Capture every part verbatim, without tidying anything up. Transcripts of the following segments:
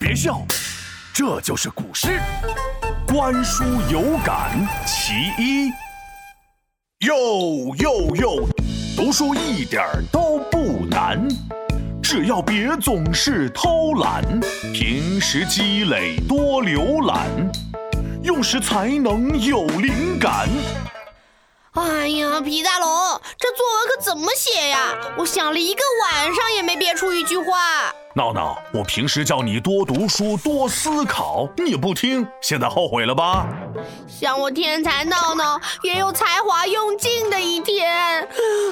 别笑，这就是古诗《观书有感》其一。哟哟哟，读书一点都不难，只要别总是偷懒，平时积累多浏览，用时才能有灵感。 哎呀，皮大龙，这作文可怎么写呀？我想了一个晚上也没憋出一句话。 闹闹，我平时叫你多读书多思考，你不听，现在后悔了吧？ 像我天才闹闹也有才华用尽的一天。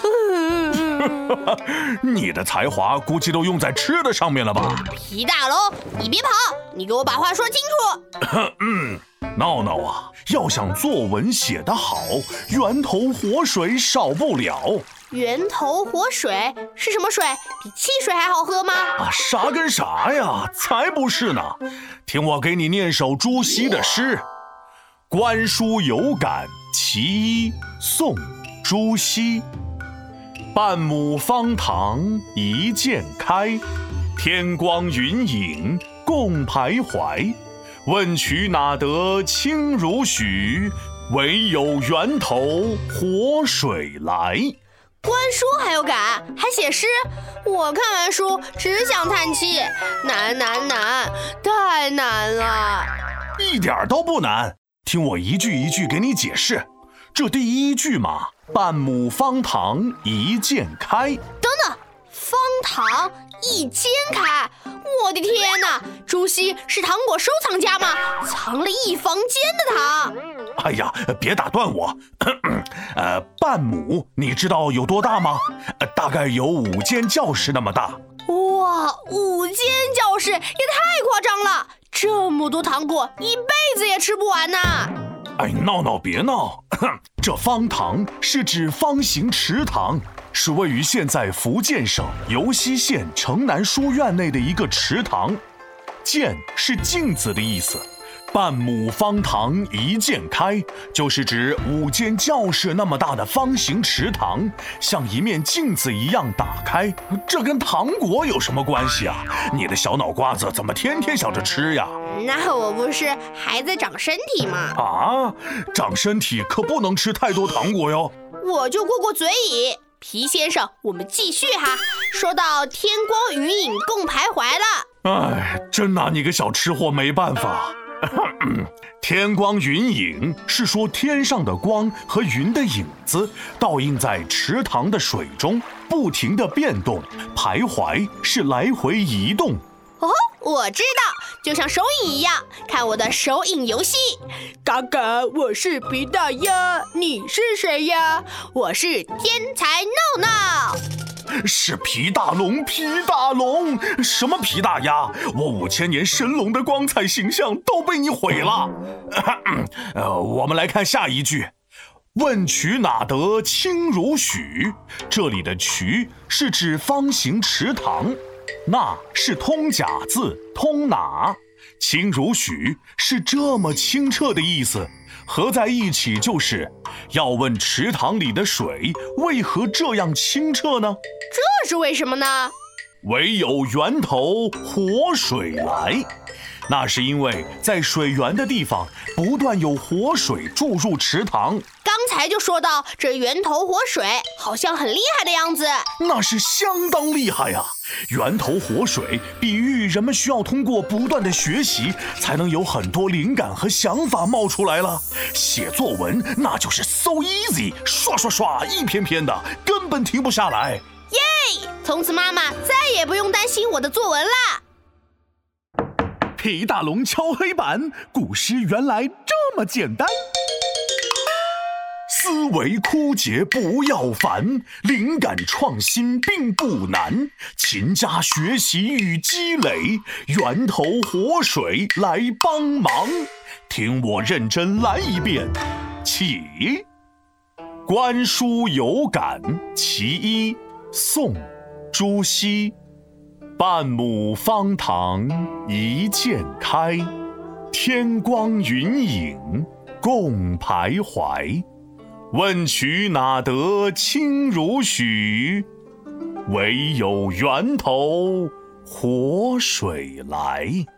你的才华估计都用在吃的上面了吧？ 皮大龙，你别跑，你给我把话说清楚。 嗯，闹闹啊，要想作文写得好，源头活水少不了。 源头活水是什么水？比汽水还好喝吗？ 啊，啥跟啥呀，才不是呢！听我给你念首朱熹的诗，《观书有感》其一，宋·朱熹。半亩方塘一鉴开，天光云影共徘徊。问渠哪得清如许？唯有源头活水来。 观书还有感，还写诗，我看完书只想叹气，难难难，太难了。 一点都不难，听我一句一句给你解释。这第一句嘛，半亩方塘一鉴开。 等等，方塘一鉴开，我的天哪！朱熹是糖果收藏家吗？藏了一房间的糖。 哎呀，别打断我。呃，半亩你知道有多大吗？呃，大概有五间教室那么大。 哇，五间教室也太夸张了！这么多糖果，一辈子也吃不完呐！ 哎，闹闹别闹，这方塘是指方形池塘，是位于现在福建省尤溪县城南书院内的一个池塘。鉴是镜子的意思。半亩方塘一鉴开，就是指五间教室那么大的方形池塘像一面镜子一样打开。这跟糖果有什么关系啊？你的小脑瓜子怎么天天想着吃呀？ 那我不是还在长身体吗？ 啊，长身体可不能吃太多糖果哟。 我就过过嘴瘾。皮先生，我们继续哈。说到天光云影共徘徊了。 哎，真拿你个小吃货没办法。天光云影是说天上的光和云的影子倒映在池塘的水中，不停地变动。徘徊是来回移动。 哦，我知道，就像手影一样，看我的手影游戏。嘎嘎，我是皮大鸭，你是谁呀？我是天才闹闹。 是皮大龙，皮大龙，什么皮大鸭？我五千年神龙的光彩形象都被你毁了。呃，我们来看下一句，问渠哪得清如许？这里的渠是指方形池塘，那是通假字，通哪。清如许是这么清澈的意思，合在一起就是要问池塘里的水为何这样清澈呢？ 这是为什么呢？ 唯有源头活水来，那是因为在水源的地方不断有活水注入池塘。 刚才就说到这源头活水好像很厉害的样子。 那是相当厉害呀！源头活水比喻人们需要通过不断的学习才能有很多灵感和想法冒出来了。写作文那就是 so easy， 刷刷刷一篇篇的，根本停不下来。 耶！从此妈妈再也不用担心我的作文啦。 皮大龙敲黑板，古诗原来这么简单。思维枯竭不要烦，灵感创新并不难。勤加学习与积累，源头活水来帮忙。听我认真来一遍，起。观书有感其一，宋·朱熹。半亩方塘一鉴开，天光云影共徘徊。问渠哪得清如许？唯有源头活水来。